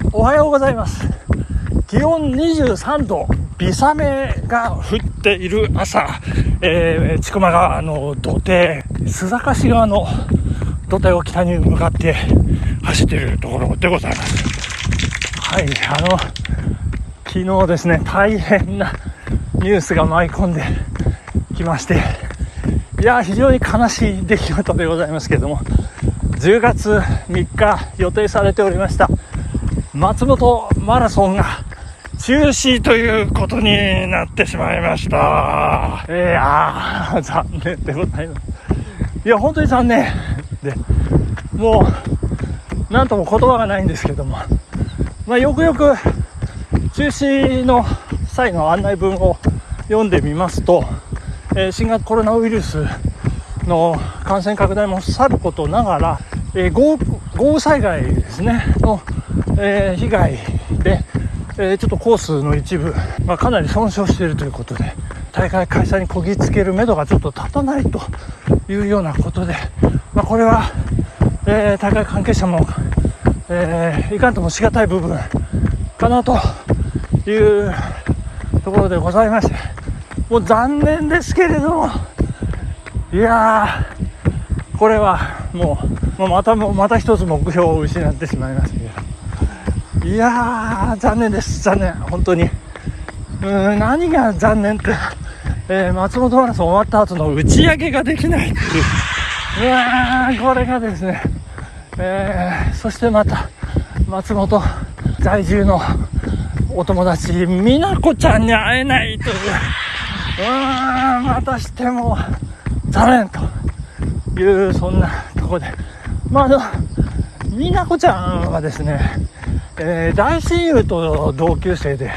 おはようございます。気温23度、微雨が降っている朝、千曲川の土手、須坂市側の土手を北に向かって走っているところでございます。はい、昨日ですね、大変なニュースが舞い込んできまして、いや非常に悲しい出来事でございますけれども、10月3日予定されておりました松本マラソンが中止ということになってしまいました。残念でございます。いや本当に残念で、もうなんとも言葉がないんですけども、よくよく中止の際の案内文を読んでみますと、新型コロナウイルスの感染拡大もさることながら、豪雨災害ですねの、被害で、ちょっとコースの一部、かなり損傷しているということで、大会開催にこぎつける目処がちょっと立たないというようなことで、これは、大会関係者も、いかんともしがたい部分かなというところでございまして、もう残念ですけれども、いやーこれはもうまた一つ目標を失ってしまいましたけど、いやー残念です。残念、本当に。何が残念って、松本マラソン終わった後の打ち上げができないっていう、これがですね、そしてまた松本在住のお友達美奈子ちゃんに会えないという、またしても残念という、そんなところで、美奈子ちゃんはですね、大親友と同級生で、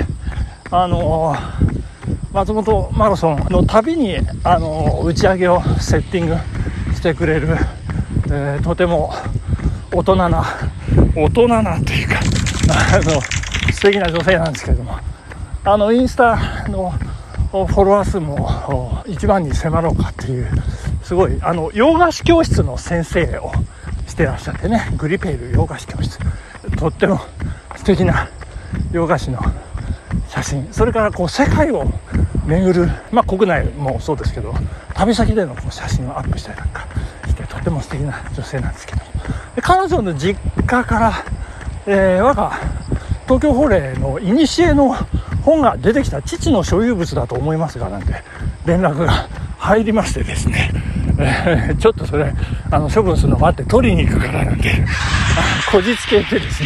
松本マラソンのたびに打ち上げをセッティングしてくれる、とても大人なというか素敵な女性なんですけれども、インスタのフォロワー数も1万に迫ろうかっていう、すごい洋菓子教室の先生をしてらっしゃってね、グリペール洋菓子教室、とっても素敵な洋菓子の写真、それから世界を巡る、国内もそうですけど旅先での写真をアップしたりなんかして、とても素敵な女性なんですけど、彼女の実家から、我が東京法令の古の本が出てきた、父の所有物だと思いますがなんて連絡が入りましてですね、ちょっとそれ処分するの待って取りに行くからなんてこじつけてですね、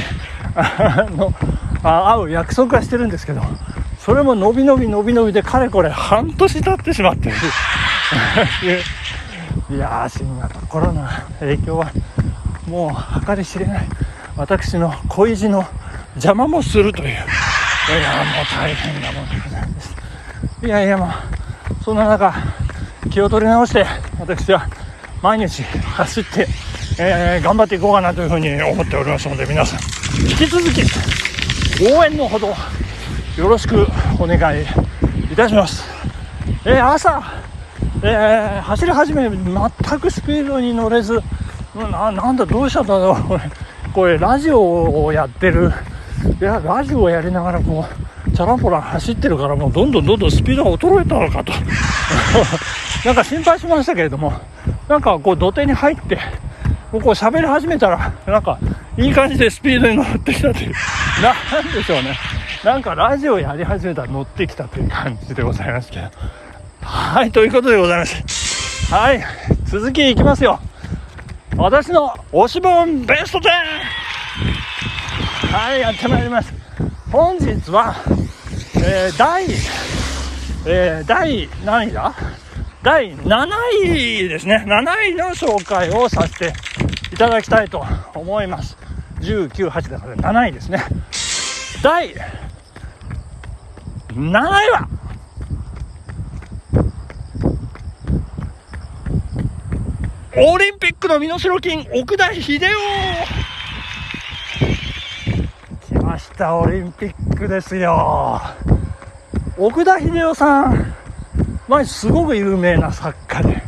会う約束はしてるんですけど、それも伸び伸びでかれこれ半年経ってしまっていやー、新型コロナ影響はもう計り知れない。私の恋路の邪魔もするという、もう大変なものでございます。そんな中気を取り直して、私は毎日走って、頑張っていこうかなというふうに思っておりますので、皆さん引き続き応援のほどよろしくお願いいたします。朝、走り始め全くスピードに乗れず、なんだどうしたんだろう、これラジオをやってる、ラジオをやりながらチャランポラン走ってるから、もうどんどんスピードが衰えたのかとなんか心配しましたけれども、土手に入って喋り始めたら、いい感じでスピードに乗ってきたという、なんでしょうね、ラジオやり始めたら乗ってきたという感じでございますけど、はい、ということでございます。はい、続きいきますよ。私の推し本ベスト10、はい、やってまいります。本日は、第何位だ、第7位ですね。7位の紹介をさせていただきたいと思います。19、8だから7位ですね。第7位はオリンピックの身代金、奥田秀夫。来ました、オリンピックですよ。奥田秀夫さん、すごく有名な作家で、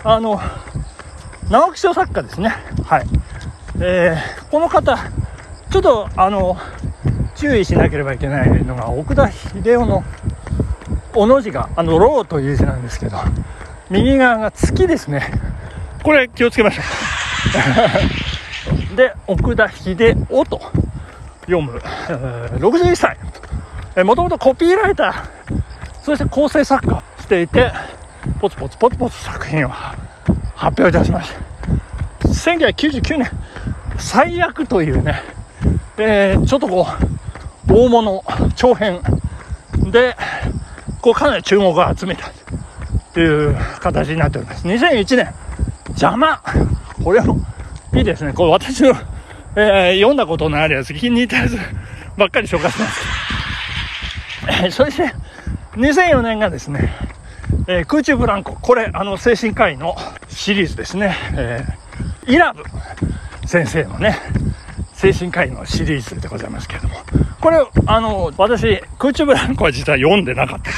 直木賞作家ですね。はい。この方ちょっと注意しなければいけないのが、奥田秀夫のおの字がローという字なんですけど、右側が月ですね。これ気をつけましょうで、奥田秀夫と読む、61歳、もともとコピーライター、そして構成作家していて、ポツポツ作品を発表いたしました。1999年最悪というね、ちょっとこう大物長編でこうかなり注目を集めたという形になっております。2001年邪魔、これもいいですね。これ私の、読んだことのあるやつ、気に入ったやつばっかり紹介します。そして2004年がですね、空中ブランコ、これ精神科医のシリーズですね、イラブ先生のね精神科医のシリーズでございますけれども、これ私空中ブランコは実は読んでなかったです。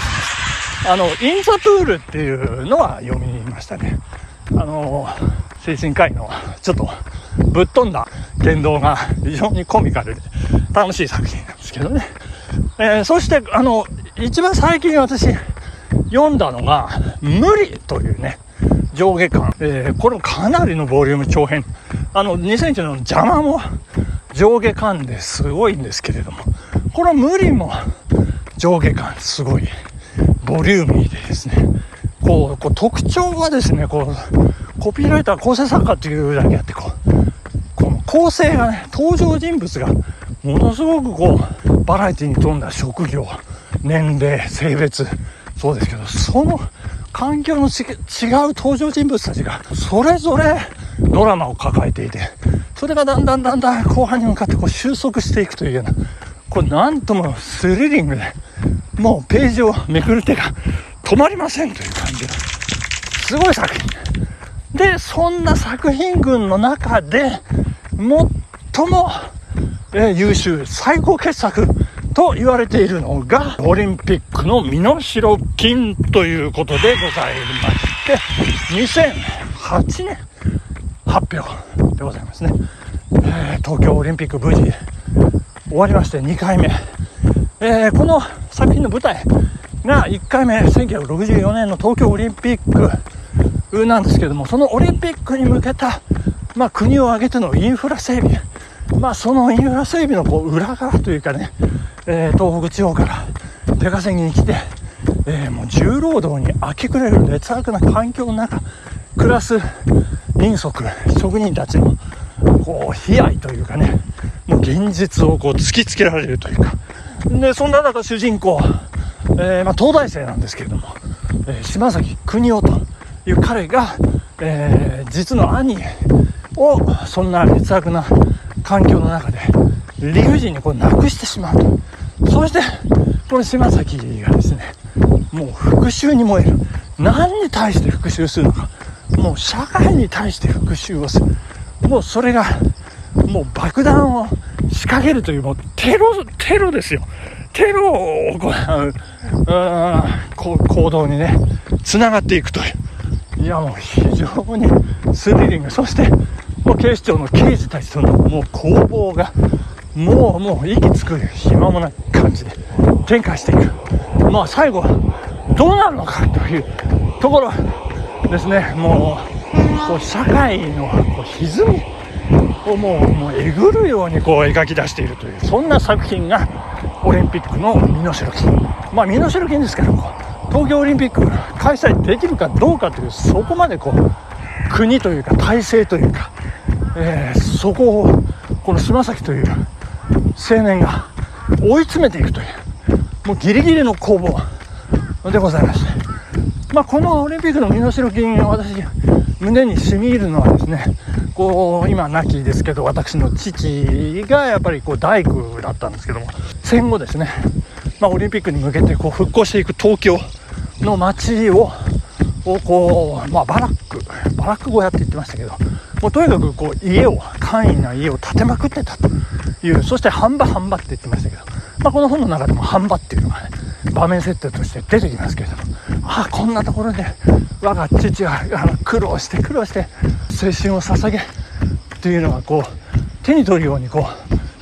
インザプールっていうのは読みましたね。精神科医のちょっとぶっ飛んだ言動が非常にコミカルで楽しい作品なんですけどね。そして一番最近私読んだのが無理というね上下巻、これもかなりのボリューム長編、2001年の邪魔も上下巻ですごいんですけれども、この無理も上下巻すごいボリューミーでですね、こう特徴はですね、こうコピーライター構成作家っていうだけあって、この構成がね、登場人物がものすごくこうバラエティに富んだ職業、年齢、性別、そうですけど、その環境の違う登場人物たちがそれぞれドラマを抱えていて、それがだんだん後半に向かってこう収束していくというような、これなんともスリリングで、もうページをめくる手が止まりませんという感じのすごい作品で、そんな作品群の中で最も、優秀最高傑作と言われているのがオリンピックの身代金ということでございまして、2008年発表でございますね。東京オリンピック無事終わりまして2回目、この作品の舞台が1回目1964年の東京オリンピックなんですけども、そのオリンピックに向けた、国を挙げてのインフラ整備、そのインフラ整備のこう裏側というかね、東北地方から出稼ぎに来て、もう重労働に明け暮れる劣悪な環境の中暮らす人足職人たちのこう悲哀というかね、もう現実をこう突きつけられるというかで、そんな中主人公、東大生なんですけれども、島崎邦夫という彼が、実の兄をそんな劣悪な環境の中で理不尽にこう亡くしてしまうと。そしてこの島崎がですね、もう復讐に燃える。何に対して復讐するのか、もう社会に対して復讐をする。もうそれがもう爆弾を仕掛けるという、もうテロですよ。テロを行う行動にねつながっていくという、いやもう非常にスリリング。そしてもう警視庁の刑事たちとのもう攻防がもう息つく暇もない感じで展開していく。最後どうなるのかというところですね。もうこう社会のこう歪みをもうえぐるようにこう描き出しているという、そんな作品がオリンピックの身代金。身代金ですから、東京オリンピック開催できるかどうかという、そこまでこう国というか体制というか、そこをこの島崎という青年が追い詰めていくという、もうギリギリの攻防でございまして、このオリンピックの身代金を私胸に染み入るのはですね、こう今亡きですけど、私の父がやっぱりこう大工だったんですけども、戦後ですね、オリンピックに向けてこう復興していく東京の街をこう、バラック小屋って言ってましたけど、もうとにかくこう簡易な家を建てまくってたという、そして半場って言ってましたけど、この本の中でも半場っていうのがね場面設定として出てきますけれども、こんなところで我が父は苦労して青春を捧げというのがこう手に取るようにこう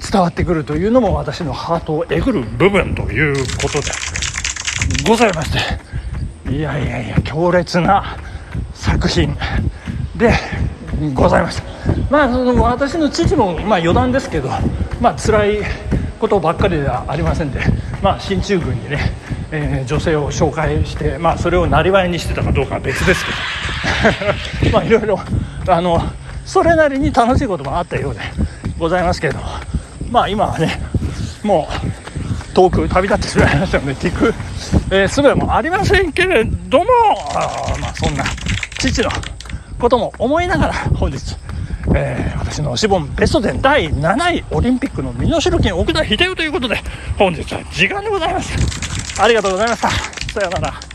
伝わってくるというのも私のハートをえぐる部分ということでございまして、いや強烈な作品でございました。私の父も余談ですけど、辛いことばっかりではありませんで、進駐軍にね、女性を紹介して、それをなりわいにしてたかどうかは別ですけどいろいろそれなりに楽しいこともあったようでございますけれども、今はねもう遠く旅立ってしまいましたので聞く術もありませんけれども、そんな父のことも思いながら本日、私の推し本ベスト10第7位オリンピックの身代金奥田秀夫ということで本日は時間でございます。ありがとうございました。さようなら。